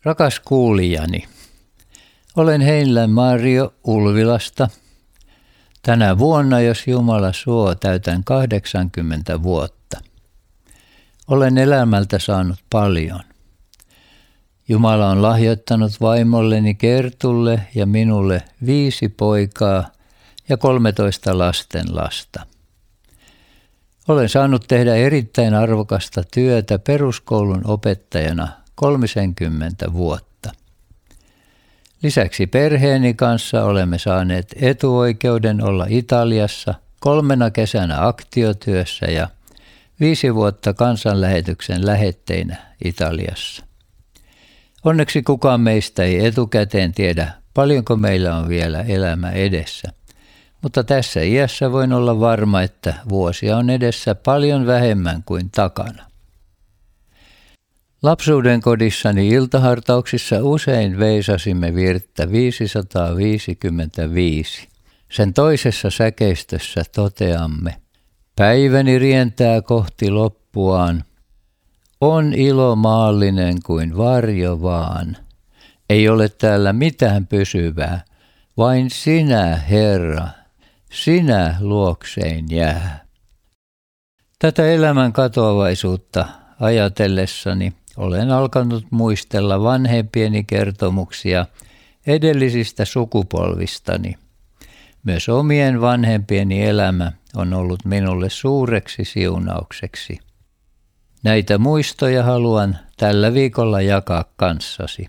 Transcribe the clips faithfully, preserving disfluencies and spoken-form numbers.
Rakas kuulijani, olen Heinlän Maario Ulvilasta. Tänä vuonna, jos Jumala suo, täytän kahdeksankymmentä vuotta. Olen elämältä saanut paljon. Jumala on lahjoittanut vaimolleni Kertulle ja minulle viisi poikaa ja kolmetoista lasten lasta. Olen saanut tehdä erittäin arvokasta työtä peruskoulun opettajana kolmekymmentä vuotta. Lisäksi perheeni kanssa olemme saaneet etuoikeuden olla Italiassa kolmena kesänä aktiotyössä ja viisi vuotta kansanlähetyksen lähetteinä Italiassa. Onneksi kukaan meistä ei etukäteen tiedä, paljonko meillä on vielä elämä edessä. Mutta tässä iässä voin olla varma, että vuosia on edessä paljon vähemmän kuin takana. Lapsuuden kodissani iltahartauksissa usein veisasimme virttä viisisataaviisikymmentäviisi. Sen toisessa säkeistössä toteamme: päiväni rientää kohti loppuaan. On ilo maallinen kuin varjo vaan. Ei ole täällä mitään pysyvää, vain sinä, Herra, sinä luoksein jää. Tätä elämän katoavaisuutta ajatellessani olen alkanut muistella vanhempieni kertomuksia edellisistä sukupolvistani. Myös omien vanhempieni elämä on ollut minulle suureksi siunaukseksi. Näitä muistoja haluan tällä viikolla jakaa kanssasi.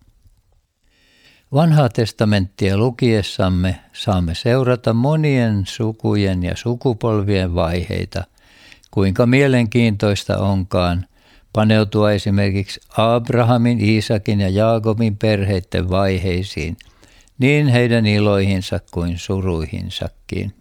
Vanhaa testamenttia lukiessamme saamme seurata monien sukujen ja sukupolvien vaiheita, kuinka mielenkiintoista onkaan paneutua esimerkiksi Abrahamin, Iisakin ja Jaakobin perheiden vaiheisiin, niin heidän iloihinsa kuin suruihinsakin.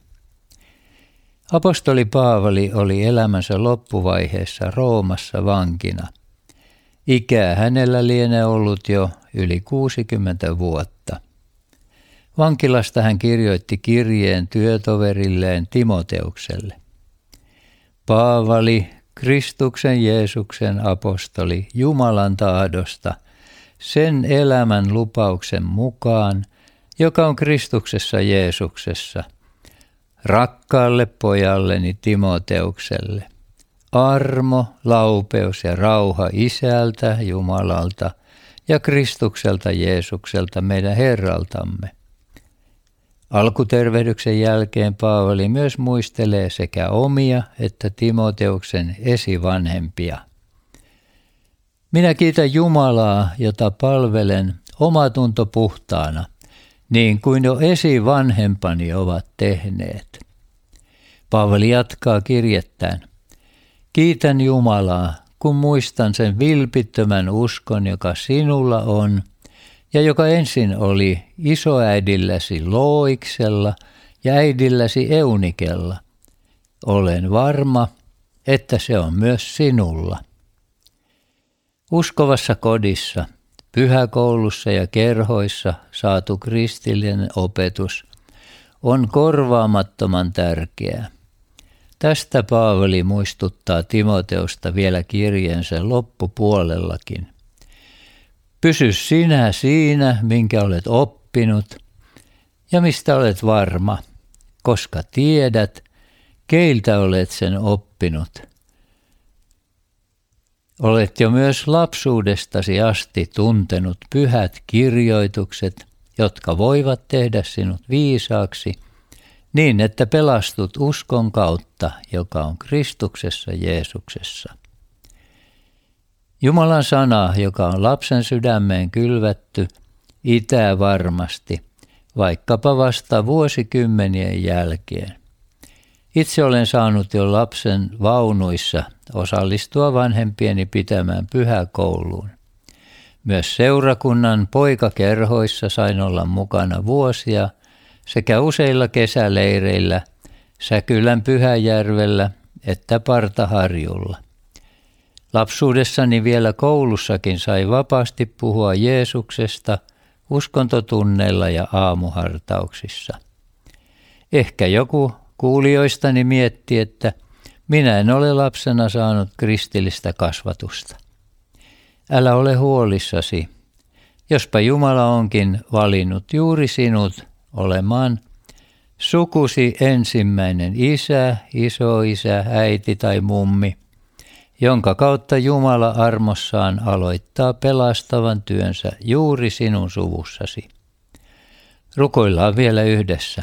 Apostoli Paavali oli elämänsä loppuvaiheessa Roomassa vankina. Ikää hänellä lienee ollut jo yli kuusikymmentä vuotta. Vankilasta hän kirjoitti kirjeen työtoverilleen Timoteukselle. Paavali, Kristuksen Jeesuksen apostoli Jumalan tahdosta, sen elämän lupauksen mukaan, joka on Kristuksessa Jeesuksessa, rakkaalle pojalleni Timoteukselle. Armo, laupeus ja rauha Isältä, Jumalalta ja Kristukselta Jeesukselta meidän Herraltamme. Alkutervehdyksen jälkeen Paavali myös muistelee sekä omia että Timoteuksen esivanhempia. Minä kiitän Jumalaa, jota palvelen omatunto puhtaana, niin kuin jo esivanhempani ovat tehneet. Paavali jatkaa kirjettään. Kiitän Jumalaa, kun muistan sen vilpittömän uskon, joka sinulla on, ja joka ensin oli isoäidilläsi Looiksella ja äidilläsi Eunikella. Olen varma, että se on myös sinulla. Uskovassa kodissa, pyhäkoulussa ja kerhoissa saatu kristillinen opetus on korvaamattoman tärkeää. Tästä Paavali muistuttaa Timoteusta vielä kirjeensä loppupuolellakin. Pysy sinä siinä, minkä olet oppinut ja mistä olet varma, koska tiedät, keiltä olet sen oppinut. Olet jo myös lapsuudestasi asti tuntenut pyhät kirjoitukset, jotka voivat tehdä sinut viisaaksi, niin että pelastut uskon kautta, joka on Kristuksessa Jeesuksessa. Jumalan sana, joka on lapsen sydämeen kylvätty, itää varmasti, vaikkapa vasta vuosikymmenien jälkeen. Itse olen saanut jo lapsen vaunuissa osallistua vanhempieni pitämään pyhäkouluun. Myös seurakunnan poikakerhoissa sain olla mukana vuosia sekä useilla kesäleireillä Säkylän Pyhäjärvellä että Partaharjulla. Lapsuudessani vielä koulussakin sai vapaasti puhua Jeesuksesta uskontotunneilla ja aamuhartauksissa. Ehkä joku kuulijoistani mietti, että minä en ole lapsena saanut kristillistä kasvatusta. Älä ole huolissasi, jospa Jumala onkin valinnut juuri sinut olemaan sukusi ensimmäinen isä, isoisä, äiti tai mummi, jonka kautta Jumala armossaan aloittaa pelastavan työnsä juuri sinun suvussasi. Rukoillaan vielä yhdessä.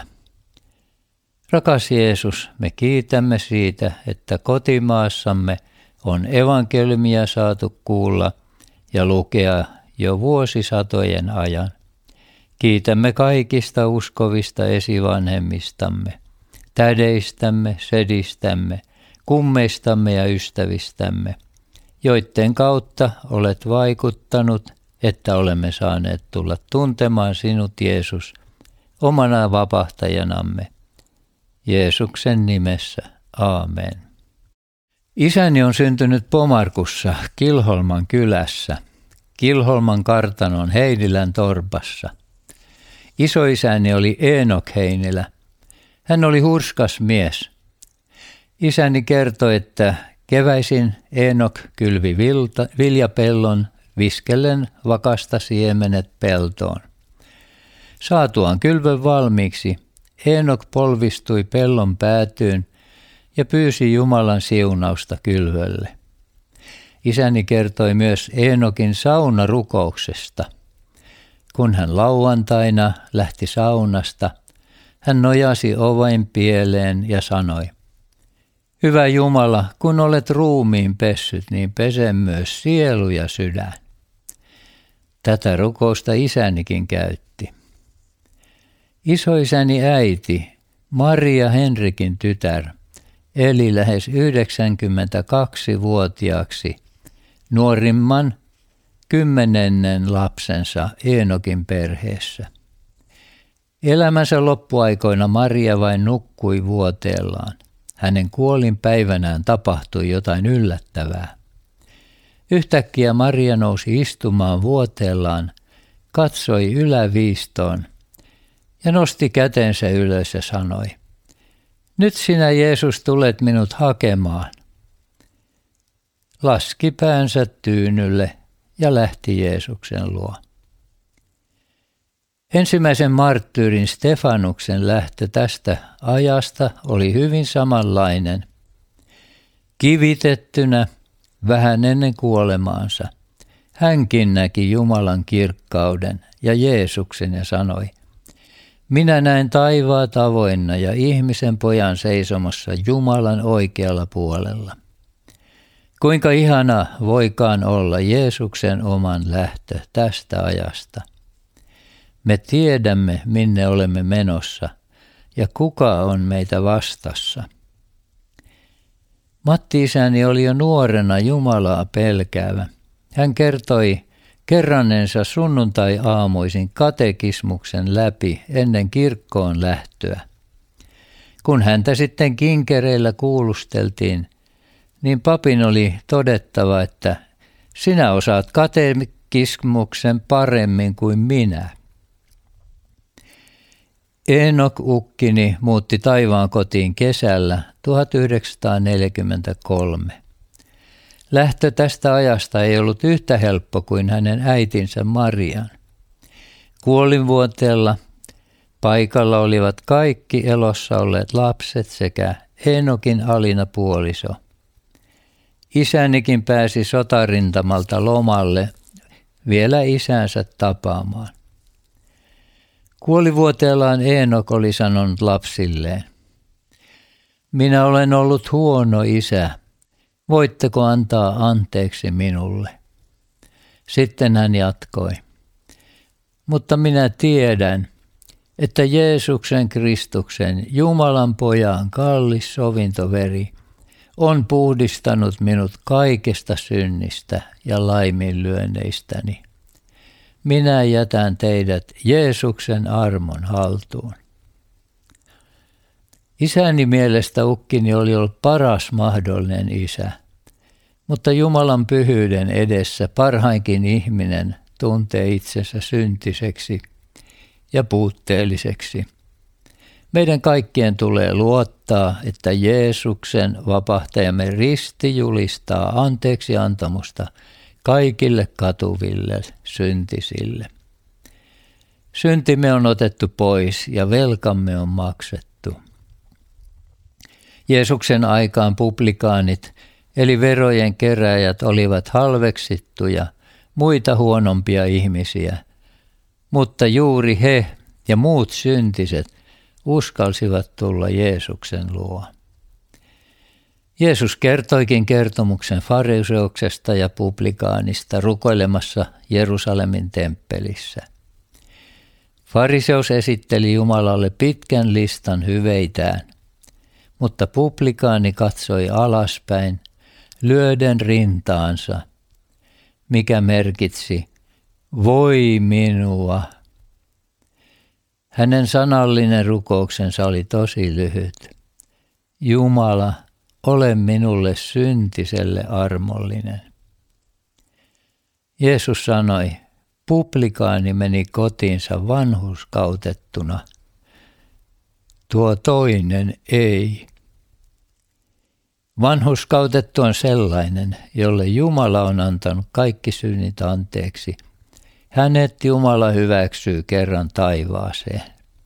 Rakas Jeesus, me kiitämme siitä, että kotimaassamme on evankeliumia saatu kuulla ja lukea jo vuosisatojen ajan. Kiitämme kaikista uskovista esivanhemmistamme, tädeistämme, sedistämme, kummeistamme ja ystävistämme, joiden kautta olet vaikuttanut, että olemme saaneet tulla tuntemaan sinut, Jeesus, omana vapahtajanamme. Jeesuksen nimessä. Aamen. Isäni on syntynyt Pomarkussa, Kilholman kylässä, Kilholman kartanon Heinilän torpassa. Isoisäni oli Eenok Heinilä. Hän oli hurskas mies. Isäni kertoi, että keväisin Eenok kylvi vilta, viljapellon viskellen vakasta siemenet peltoon. Saatuaan kylvön valmiiksi, Eenok polvistui pellon päätyyn ja pyysi Jumalan siunausta kylvölle. Isäni kertoi myös Eenokin saunarukouksesta. Kun hän lauantaina lähti saunasta, hän nojasi oven pieleen ja sanoi, Hyvä Jumala, kun olet ruumiin pessyt, niin pese myös sielu ja sydän. Tätä rukousta isänikin käytti. Isoisäni äiti, Maria Henrikin tytär, eli lähes yhdeksänkymmentäkaksivuotiaaksi nuorimman kymmenennen lapsensa Eenokin perheessä. Elämänsä loppuaikoina Maria vain nukkui vuoteellaan. Hänen kuolinpäivänään tapahtui jotain yllättävää. Yhtäkkiä Maria nousi istumaan vuoteellaan, katsoi yläviistoon ja nosti kätensä ylös ja sanoi, Nyt sinä, Jeesus, tulet minut hakemaan. Laski päänsä tyynylle ja lähti Jeesuksen luo. Ensimmäisen marttyyrin Stefanuksen lähtö tästä ajasta oli hyvin samanlainen. Kivitettynä vähän ennen kuolemaansa, hänkin näki Jumalan kirkkauden ja Jeesuksen ja sanoi, Minä näen taivaat avoinna ja ihmisen pojan seisomassa Jumalan oikealla puolella. Kuinka ihana voikaan olla Jeesuksen oman lähtö tästä ajasta. Me tiedämme, minne olemme menossa ja kuka on meitä vastassa. Matti-isäni oli jo nuorena Jumalaa pelkäävä. Hän kertoi kerranneensa sunnuntai-aamuisin katekismuksen läpi ennen kirkkoon lähtöä. Kun häntä sitten kinkereillä kuulusteltiin, niin papin oli todettava, että sinä osaat katekismuksen paremmin kuin minä. Eenok ukkini muutti taivaan kotiin kesällä tuhatyhdeksänsataaneljäkymmentäkolme. Lähtö tästä ajasta ei ollut yhtä helppo kuin hänen äitinsä Marian. Kuolinvuoteella paikalla olivat kaikki elossa olleet lapset sekä Eenokin alina puoliso. Isänikin pääsi sotarintamalta lomalle vielä isänsä tapaamaan. Kuolivuoteellaan Eenok oli sanonut lapsilleen, Minä olen ollut huono isä, voitteko antaa anteeksi minulle? Sitten hän jatkoi, mutta minä tiedän, että Jeesuksen Kristuksen, Jumalan pojan kallis sovintoveri, on puhdistanut minut kaikesta synnistä ja laiminlyönneistäni. Minä jätän teidät Jeesuksen armon haltuun. Isäni mielestä ukkini oli ollut paras mahdollinen isä, mutta Jumalan pyhyyden edessä parhainkin ihminen tuntee itsensä syntiseksi ja puutteelliseksi. Meidän kaikkien tulee luottaa, että Jeesuksen vapahtajamme risti julistaa anteeksi antamusta kaikille katuville syntisille. Syntimme on otettu pois ja velkamme on maksettu. Jeesuksen aikaan publikaanit eli verojen keräjät olivat halveksittuja, muita huonompia ihmisiä, mutta juuri he ja muut syntiset uskalsivat tulla Jeesuksen luo. Jeesus kertoikin kertomuksen fariseuksesta ja publikaanista rukoilemassa Jerusalemin temppelissä. Fariseus esitteli Jumalalle pitkän listan hyveitään, mutta publikaani katsoi alaspäin lyöden rintaansa, mikä merkitsi voi minua. Hänen sanallinen rukouksensa oli tosi lyhyt. Jumala, ole minulle syntiselle armollinen. Jeesus sanoi, publikaani meni kotiinsa vanhurskautettuna. Tuo toinen ei. Vanhurskautettu on sellainen, jolle Jumala on antanut kaikki synnit anteeksi. Hänet Jumala hyväksyy kerran taivaaseen.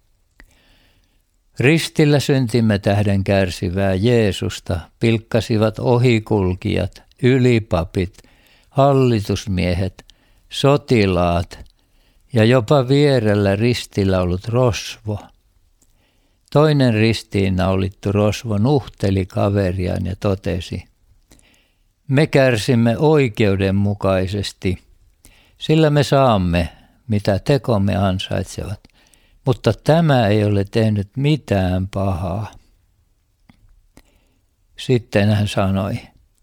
Ristillä syntimme tähden kärsivää Jeesusta pilkkasivat ohikulkijat, ylipapit, hallitusmiehet, sotilaat ja jopa vierellä ristillä ollut rosvo. Toinen ristiinnaulittu rosvo nuhteli kaveriaan ja totesi, me kärsimme oikeudenmukaisesti, sillä me saamme, mitä tekomme ansaitsevat, mutta tämä ei ole tehnyt mitään pahaa. Sitten hän sanoi,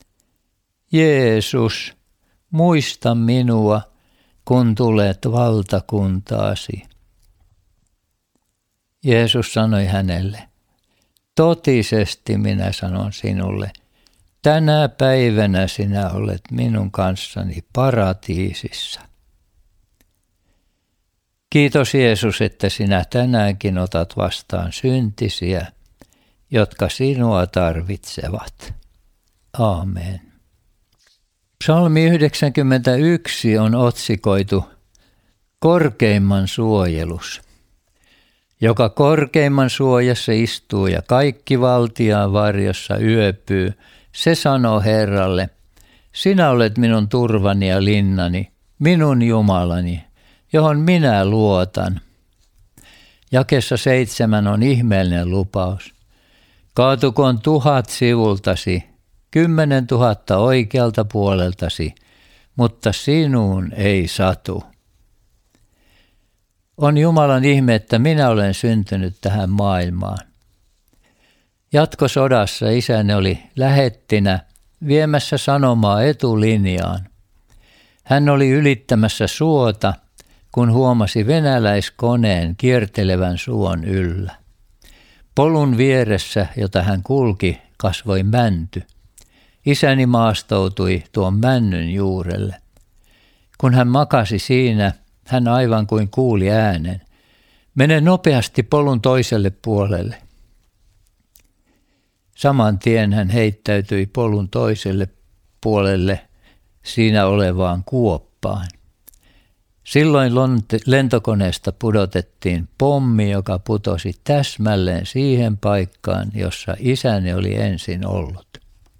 Jeesus, muista minua, kun tulet valtakuntaasi. Jeesus sanoi hänelle, totisesti minä sanon sinulle, tänä päivänä sinä olet minun kanssani paratiisissa. Kiitos Jeesus, että sinä tänäänkin otat vastaan syntisiä, jotka sinua tarvitsevat. Aamen. Psalmi yhdeksänkymmentäyksi on otsikoitu Korkeimman suojelus. Joka korkeimman suojassa istuu ja kaikki valtiaan varjossa yöpyy, se sanoo Herralle, sinä olet minun turvani ja linnani, minun Jumalani, johon minä luotan. Jakeessa seitsemän on ihmeellinen lupaus. Kaatukoon tuhat sivultasi, kymmenen tuhatta oikealta puoleltasi, mutta sinuun ei satu. On Jumalan ihme, että minä olen syntynyt tähän maailmaan. Jatkosodassa isäni oli lähettinä viemässä sanomaa etulinjaan. Hän oli ylittämässä suota, kun huomasi venäläiskoneen kiertelevän suon yllä. Polun vieressä, jota hän kulki, kasvoi mänty. Isäni maastoutui tuon männyn juurelle. Kun hän makasi siinä, hän aivan kuin kuuli äänen. Mene nopeasti polun toiselle puolelle. Saman tien hän heittäytyi polun toiselle puolelle siinä olevaan kuoppaan. Silloin lentokoneesta pudotettiin pommi, joka putosi täsmälleen siihen paikkaan, jossa isäni oli ensin ollut.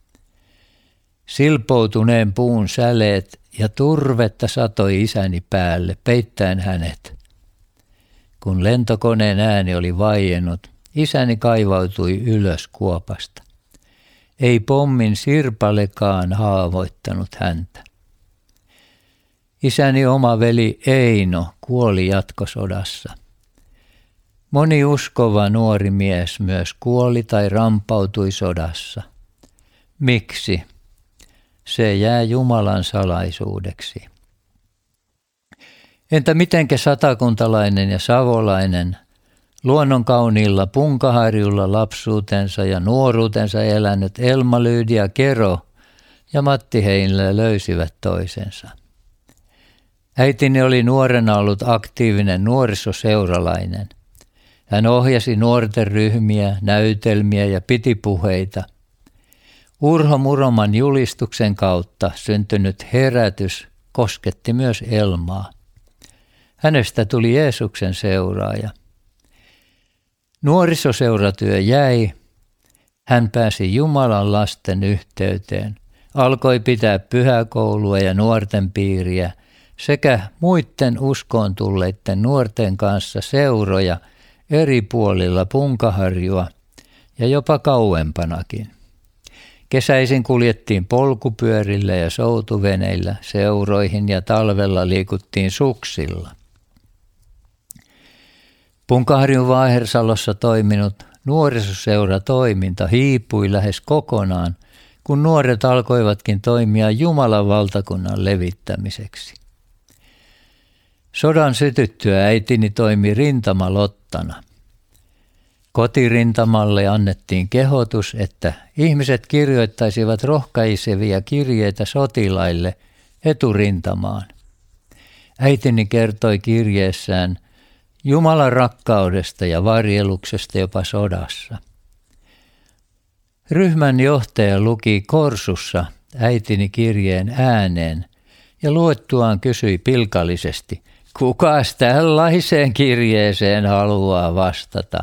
Silpoutuneen puun säleet ja turvetta satoi isäni päälle, peittäen hänet. Kun lentokoneen ääni oli vaiennut, isäni kaivautui ylös kuopasta. Ei pommin sirpalekaan haavoittanut häntä. Isäni oma veli Eino kuoli jatkosodassa. Moni uskova nuori mies myös kuoli tai rampautui sodassa. Miksi? Se jää Jumalan salaisuudeksi. Entä mitenkä satakuntalainen ja savolainen, luonnonkauniilla Punkaharjulla lapsuutensa ja nuoruutensa elänyt Elma-Lyydia Kero ja Matti Heinilä löysivät toisensa? Äitini oli nuorena ollut aktiivinen nuorisoseuralainen. Hän ohjasi nuorten ryhmiä, näytelmiä ja piti puheita. Urho Muroman julistuksen kautta syntynyt herätys kosketti myös Elmaa. Hänestä tuli Jeesuksen seuraaja. Nuorisoseuratyö jäi. Hän pääsi Jumalan lasten yhteyteen. Alkoi pitää pyhäkoulua ja nuorten piiriä sekä muiden uskoon tulleiden nuorten kanssa seuroja eri puolilla Punkaharjua ja jopa kauempanakin. Kesäisin kuljettiin polkupyörillä ja soutuveneillä seuroihin ja talvella liikuttiin suksilla. Punkaharjun Vaahersalossa toiminut nuorisoseuratoiminta hiipui lähes kokonaan, kun nuoret alkoivatkin toimia Jumalan valtakunnan levittämiseksi. Sodan sytyttyä äitini toimi rintamalottana. Kotirintamalle annettiin kehotus, että ihmiset kirjoittaisivat rohkaisevia kirjeitä sotilaille eturintamaan. Äitini kertoi kirjeessään Jumalan rakkaudesta ja varjeluksesta jopa sodassa. Ryhmän johtaja luki Korsussa äitini kirjeen ääneen ja luettuaan kysyi pilkallisesti, kukas tällaiseen kirjeeseen haluaa vastata?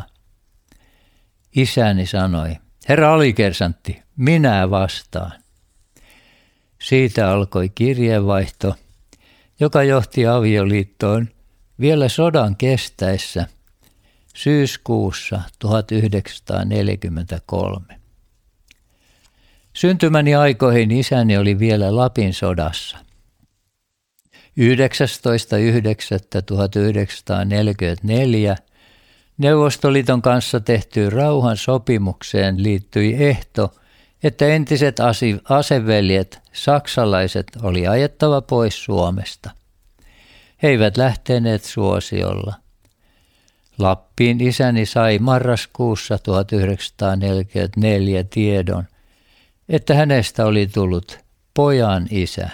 Isäni sanoi, herra alikersantti, minä vastaan. Siitä alkoi kirjeenvaihto, joka johti avioliittoon vielä sodan kestäessä syyskuussa tuhatyhdeksänsataaneljäkymmentäkolme. Syntymäni aikoihin isäni oli vielä Lapin sodassa. yhdeksästoista yhdeksättä tuhatyhdeksänsataaneljäkymmentäneljä Neuvostoliiton kanssa tehtyyn rauhan sopimukseen liittyi ehto, että entiset aseveljet saksalaiset oli ajettava pois Suomesta. He eivät lähteneet suosiolla. Lappiin isäni sai marraskuussa tuhatyhdeksänsataaneljäkymmentäneljä tiedon, että hänestä oli tullut pojan isä.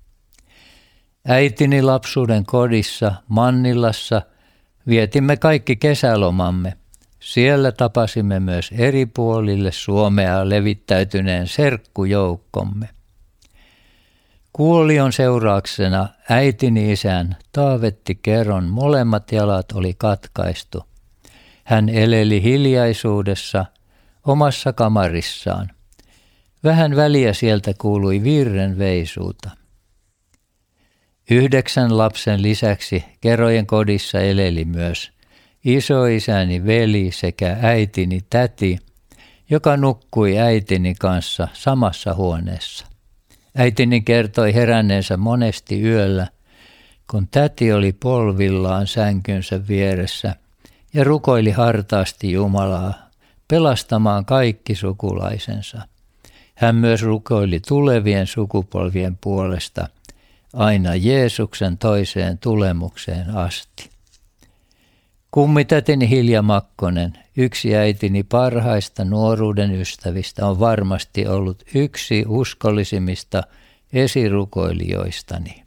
Äitini lapsuuden kodissa Mannilassa vietimme kaikki kesälomamme. Siellä tapasimme myös eri puolille Suomea levittäytyneen serkkujoukkomme. Kuolion seurauksena äitini isän Taavetti Keron molemmat jalat oli katkaistu. Hän eleli hiljaisuudessa omassa kamarissaan. Vähän väliä sieltä kuului virren veisuuta. Yhdeksän lapsen lisäksi Kerojen kodissa eleli myös isoisäni veli sekä äitini täti, joka nukkui äitini kanssa samassa huoneessa. Äitini kertoi heränneensä monesti yöllä, kun täti oli polvillaan sänkynsä vieressä ja rukoili hartaasti Jumalaa pelastamaan kaikki sukulaisensa. Hän myös rukoili tulevien sukupolvien puolesta aina Jeesuksen toiseen tulemukseen asti. Kummitätini Hilja Makkonen, yksi äitini parhaista nuoruuden ystävistä, on varmasti ollut yksi uskollisimmista esirukoilijoistani.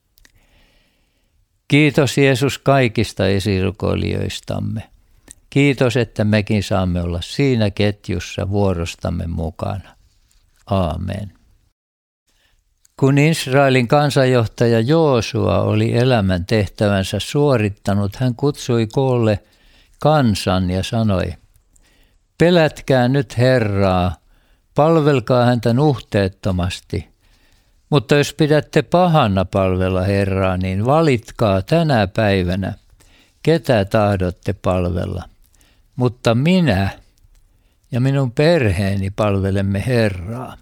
Kiitos Jeesus kaikista esirukoilijoistamme. Kiitos, että mekin saamme olla siinä ketjussa vuorostamme mukana. Aamen. Kun Israelin kansanjohtaja Joosua oli elämän tehtävänsä suorittanut, hän kutsui koolle kansan ja sanoi, pelätkää nyt Herraa, palvelkaa häntä nuhteettomasti, mutta jos pidätte pahana palvella Herraa, niin valitkaa tänä päivänä, ketä tahdotte palvella. Mutta minä ja minun perheeni palvelemme Herraa.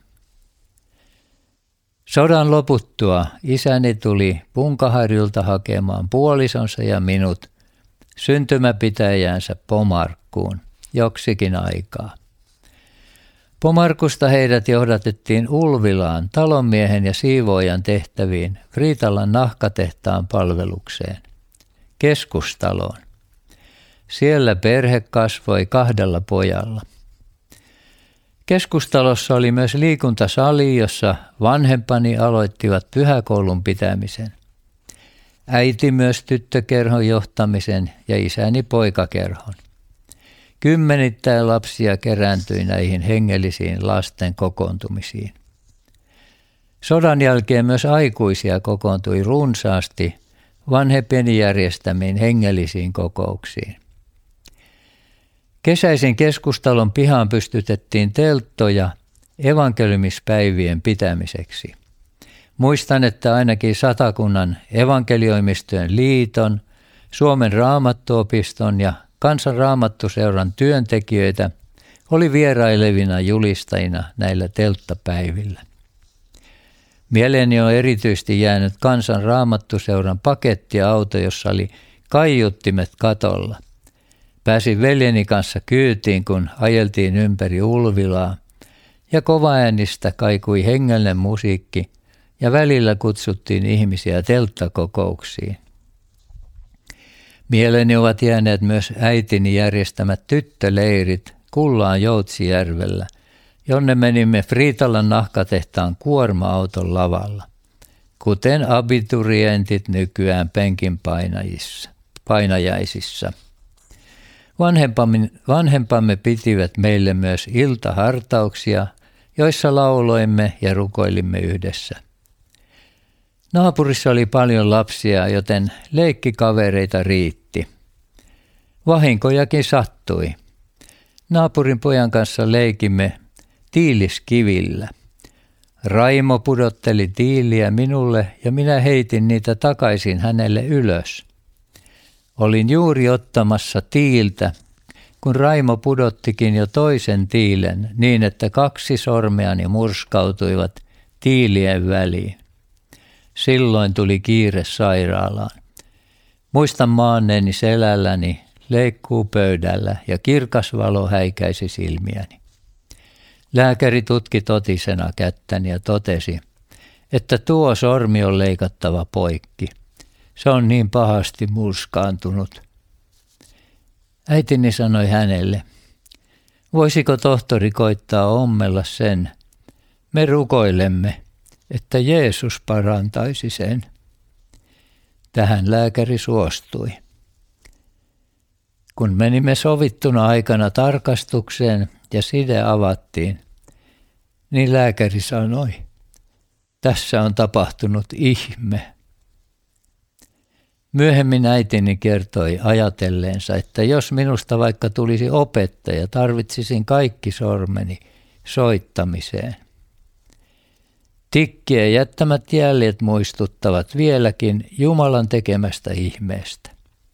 Sodan loputtua isäni tuli Punkaharjulta hakemaan puolisonsa ja minut syntymäpitäjäänsä Pomarkkuun joksikin aikaa. Pomarkusta heidät johdatettiin Ulvilaan talonmiehen ja siivoojan tehtäviin Riitalan nahkatehtaan palvelukseen, keskustaloon. Siellä perhe kasvoi kahdella pojalla. Keskustalossa oli myös liikuntasali, jossa vanhempani aloittivat pyhäkoulun pitämisen. Äiti myös tyttökerhon johtamisen ja isäni poikakerhon. Kymmenittäin lapsia kerääntyi näihin hengellisiin lasten kokoontumisiin. Sodan jälkeen myös aikuisia kokoontui runsaasti vanhempien järjestämiin hengellisiin kokouksiin. Kesäisin keskustalon pihaan pystytettiin telttoja evankeliumispäivien pitämiseksi. Muistan, että ainakin Satakunnan evankelioimistojen liiton, Suomen raamattuopiston ja Kansan raamattuseuran työntekijöitä oli vierailevina julistajina näillä telttapäivillä. Mieleeni on erityisesti jäänyt Kansan raamattuseuran pakettiauto, jossa oli kaiuttimet katolla. Pääsin veljeni kanssa kyytiin, kun ajeltiin ympäri Ulvilaa, ja kovaäänistä kaikui hengellinen musiikki, ja välillä kutsuttiin ihmisiä telttakokouksiin. Mieleeni ovat jääneet myös äitini järjestämät tyttöleirit Kullaan Joutsijärvellä, jonne menimme Friitalan nahkatehtaan kuorma-auton lavalla, kuten abiturientit nykyään penkin painajaisissa. Vanhempamme, vanhempamme pitivät meille myös iltahartauksia, joissa lauloimme ja rukoilimme yhdessä. Naapurissa oli paljon lapsia, joten leikkikavereita riitti. Vahinkojakin sattui. Naapurin pojan kanssa leikimme tiiliskivillä. Raimo pudotteli tiiliä minulle ja minä heitin niitä takaisin hänelle ylös. Olin juuri ottamassa tiiltä, kun Raimo pudottikin jo toisen tiilen niin, että kaksi sormeani murskautuivat tiilien väliin. Silloin tuli kiire sairaalaan. Muistan maanneeni selälläni, leikkuu pöydällä ja kirkas valo häikäisi silmiäni. Lääkäri tutki totisena kättäni ja totesi, että tuo sormi on leikattava poikki. Se on niin pahasti murskaantunut. Äitini sanoi hänelle, voisiko tohtori koittaa ommella sen? Me rukoilemme, että Jeesus parantaisi sen. Tähän lääkäri suostui. Kun menimme sovittuna aikana tarkastukseen ja side avattiin, niin lääkäri sanoi, tässä on tapahtunut ihme. Myöhemmin äitini kertoi ajatelleensa, että jos minusta vaikka tulisi opettaja, tarvitsisin kaikki sormeni soittamiseen. Tikkien jättämät jäljet muistuttavat vieläkin Jumalan tekemästä ihmeestä.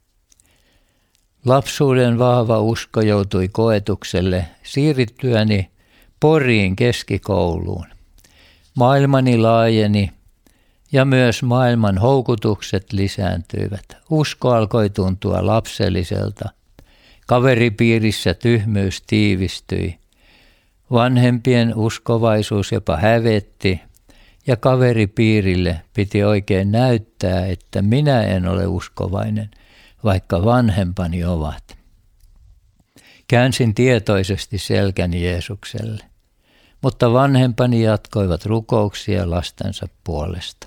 Lapsuuden vahva usko joutui koetukselle siirryttyäni Poriin keskikouluun. Maailmani laajeni ja myös maailman houkutukset lisääntyivät. Usko alkoi tuntua lapselliselta. Kaveripiirissä tyhmyys tiivistyi. Vanhempien uskovaisuus jopa hävetti ja kaveripiirille piti oikein näyttää, että minä en ole uskovainen, vaikka vanhempani ovat. Käänsin tietoisesti selkäni Jeesukselle, mutta vanhempani jatkoivat rukouksia lastensa puolesta.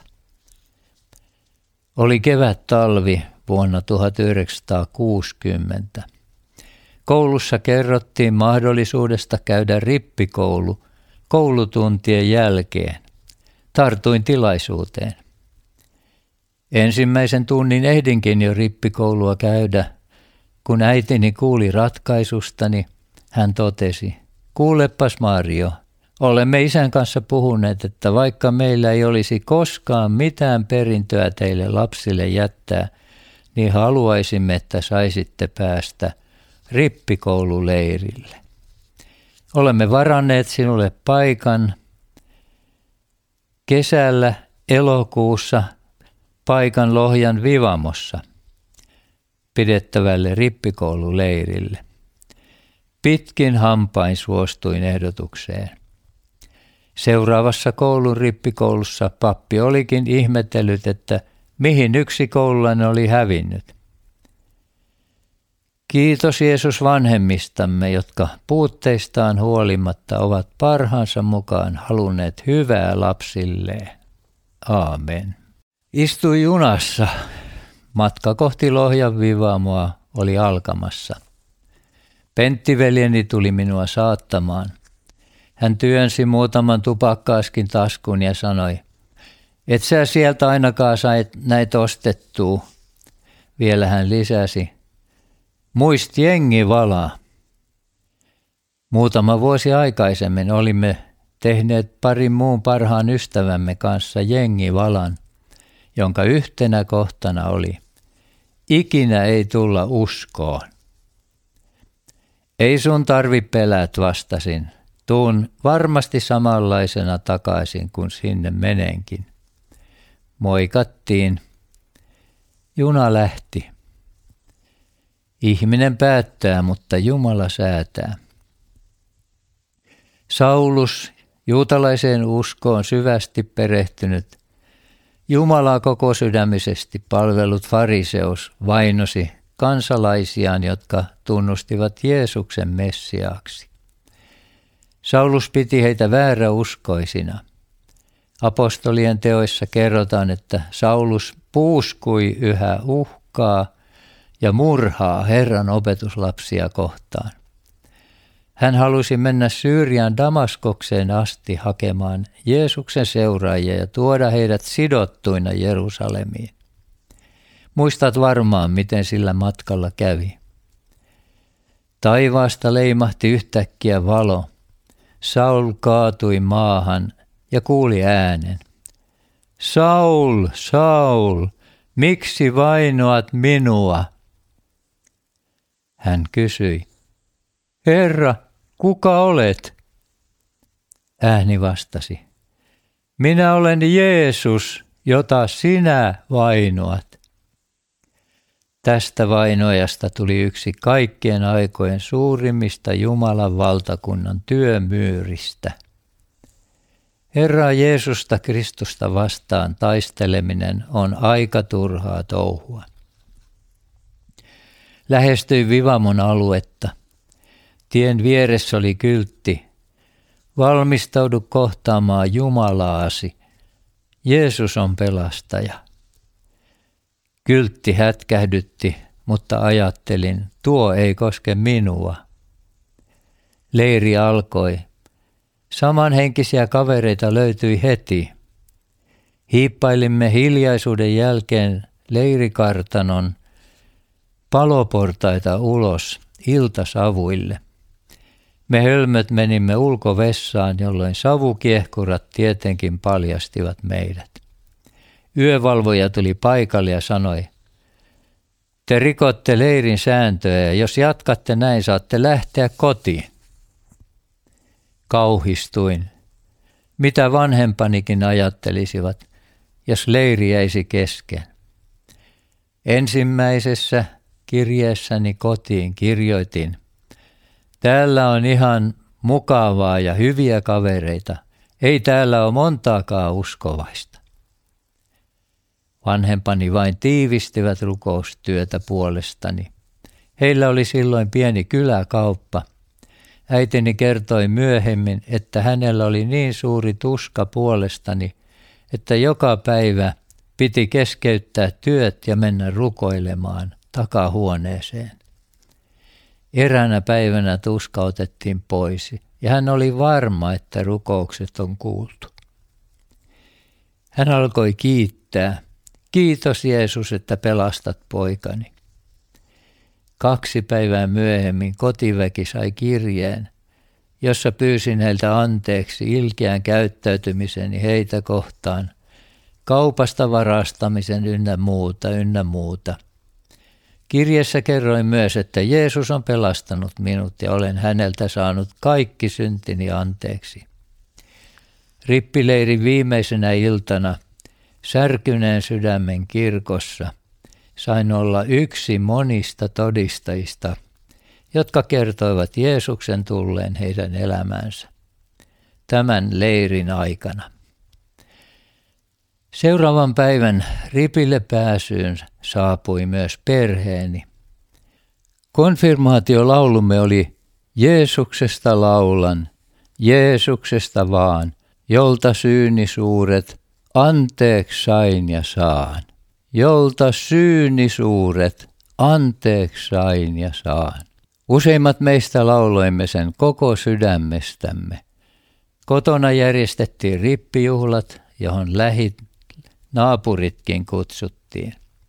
Oli kevät-talvi vuonna tuhatyhdeksänsataakuusikymmentä. Koulussa kerrottiin mahdollisuudesta käydä rippikoulu koulutuntien jälkeen. Tartuin tilaisuuteen. Ensimmäisen tunnin ehdinkin jo rippikoulua käydä. Kun äitini kuuli ratkaisustani, hän totesi, kuulepas Mario, olemme isän kanssa puhuneet, että vaikka meillä ei olisi koskaan mitään perintöä teille lapsille jättää, niin haluaisimme, että saisitte päästä rippikoululeirille. Olemme varanneet sinulle paikan kesällä elokuussa paikan Lohjan Vivamossa pidettävälle rippikoululeirille. Pitkin hampain suostuin ehdotukseen. Seuraavassa koulun rippikoulussa pappi olikin ihmetellyt, että mihin yksi koululainen oli hävinnyt. Kiitos Jeesus vanhemmistamme, jotka puutteistaan huolimatta ovat parhaansa mukaan halunneet hyvää lapsilleen. Aamen. Istuin junassa. Matka kohti Lohjan Vivamoa oli alkamassa. Penttiveljeni tuli minua saattamaan. Hän työnsi muutaman tupakkaaskin taskuun ja sanoi, et sä sieltä ainakaan sait näitä ostettua, Vielä hän lisäsi, muist jengi valaa. Muutama vuosi aikaisemmin olimme tehneet parin muun parhaan ystävämme kanssa jengivalan, jonka yhtenä kohtana oli, ikinä ei tulla uskoon. Ei sun tarvi pelät, vastasin. Tuun varmasti samanlaisena takaisin, kun sinne menenkin. Moikattiin. Juna lähti. Ihminen päättää, mutta Jumala säätää. Saulus, juutalaiseen uskoon syvästi perehtynyt, Jumalaa koko sydämisesti palvellut fariseus vainosi kansalaisiaan, jotka tunnustivat Jeesuksen Messiaaksi. Saulus piti heitä vääräuskoisina. Apostolien teoissa kerrotaan, että Saulus puuskui yhä uhkaa ja murhaa Herran opetuslapsia kohtaan. Hän halusi mennä Syyrian Damaskokseen asti hakemaan Jeesuksen seuraajia ja tuoda heidät sidottuina Jerusalemiin. Muistat varmaan, miten sillä matkalla kävi. Taivaasta leimahti yhtäkkiä valo. Saul kaatui maahan ja kuuli äänen. Saul, Saul, miksi vainoat minua? Hän kysyi. Herra, kuka olet? Ääni vastasi. Minä olen Jeesus, jota sinä vainoat. Tästä vainoajasta tuli yksi kaikkien aikojen suurimmista Jumalan valtakunnan työmyyristä. Herraa Jeesusta Kristusta vastaan taisteleminen on aika turhaa touhua. Lähestyin Vivamon aluetta. Tien vieressä oli kyltti. Valmistaudu kohtaamaan Jumalaasi. Jeesus on pelastaja. Kyltti hätkähdytti, mutta ajattelin, tuo ei koske minua. Leiri alkoi. Samanhenkisiä kavereita löytyi heti. Hiippailimme hiljaisuuden jälkeen leirikartanon paloportaita ulos iltasavuille. Me hölmöt menimme ulkovessaan, jolloin savukiehkurat tietenkin paljastivat meidät. Yövalvoja tuli paikalle ja sanoi, te rikotte leirin sääntöjä ja jos jatkatte näin, saatte lähteä kotiin. Kauhistuin. Mitä vanhempanikin ajattelisivat, jos leiri jäisi kesken. Ensimmäisessä kirjeessäni kotiin kirjoitin, täällä on ihan mukavaa ja hyviä kavereita, ei täällä ole montaakaan uskovaista. Vanhempani vain tiivistivät rukoustyötä puolestani. Heillä oli silloin pieni kyläkauppa. Äitini kertoi myöhemmin, että hänellä oli niin suuri tuska puolestani, että joka päivä piti keskeyttää työt ja mennä rukoilemaan takahuoneeseen. Eräänä päivänä tuska otettiin pois ja hän oli varma, että rukoukset on kuultu. Hän alkoi kiittää. Kiitos Jeesus, että pelastat poikani. Kaksi päivää myöhemmin kotiväki sai kirjeen, jossa pyysin heiltä anteeksi ilkeän käyttäytymiseni heitä kohtaan, kaupasta varastamisen ynnä muuta, ynnä muuta. Kirjeessä kerroin myös, että Jeesus on pelastanut minut ja olen häneltä saanut kaikki syntini anteeksi. Rippileirin viimeisenä iltana särkyneen sydämen kirkossa sain olla yksi monista todistajista, jotka kertoivat Jeesuksen tulleen heidän elämäänsä tämän leirin aikana. Seuraavan päivän ripille pääsyyn saapui myös perheeni. Konfirmaatiolaulumme oli Jeesuksesta laulan, Jeesuksesta vaan, jolta syyni suuret, anteeksi sain ja saan. Jolta syyni suuret, anteeksi sain ja saan. Useimmat meistä lauloimme sen koko sydämestämme. Kotona järjestettiin rippijuhlat, johon lähi naapuritkin kutsuttiin.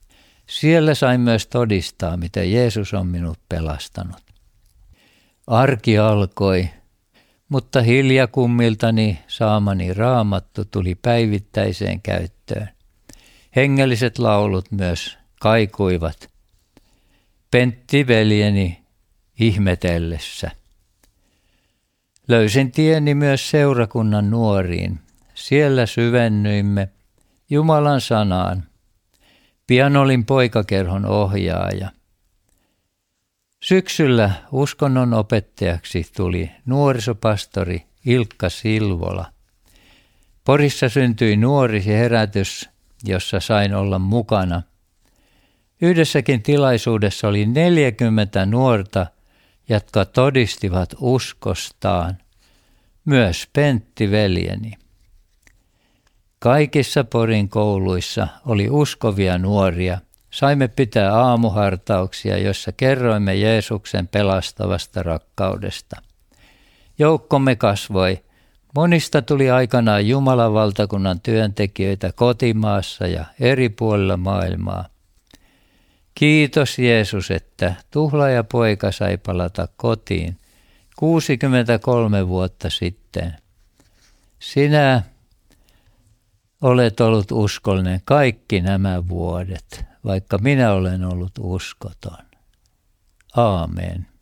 Siellä sain myös todistaa, miten Jeesus on minut pelastanut. Arki alkoi, mutta hiljakummiltani saamani raamattu tuli päivittäiseen käyttöön. Hengelliset laulut myös kaikuivat Pentti veljeni ihmetellessä. Löysin tieni myös seurakunnan nuoriin. Siellä syvennyimme Jumalan sanaan. Pian olin poikakerhon ohjaaja. Syksyllä uskonnon opettajaksi tuli nuorisopastori Ilkka Silvola. Porissa syntyi nuori herätys, jossa sain olla mukana. Yhdessäkin tilaisuudessa oli neljäkymmentä nuorta, jotka todistivat uskostaan, myös Pentti veljeni. Kaikissa Porin kouluissa oli uskovia nuoria. Saimme pitää aamuhartauksia, joissa kerroimme Jeesuksen pelastavasta rakkaudesta. Joukkomme kasvoi. Monista tuli aikanaan Jumalan valtakunnan työntekijöitä kotimaassa ja eri puolilla maailmaa. Kiitos Jeesus, että tuhlaajapoika sai palata kotiin kuusikymmentäkolme vuotta sitten. Sinä olet ollut uskollinen kaikki nämä vuodet, vaikka minä olen ollut uskoton. Aamen.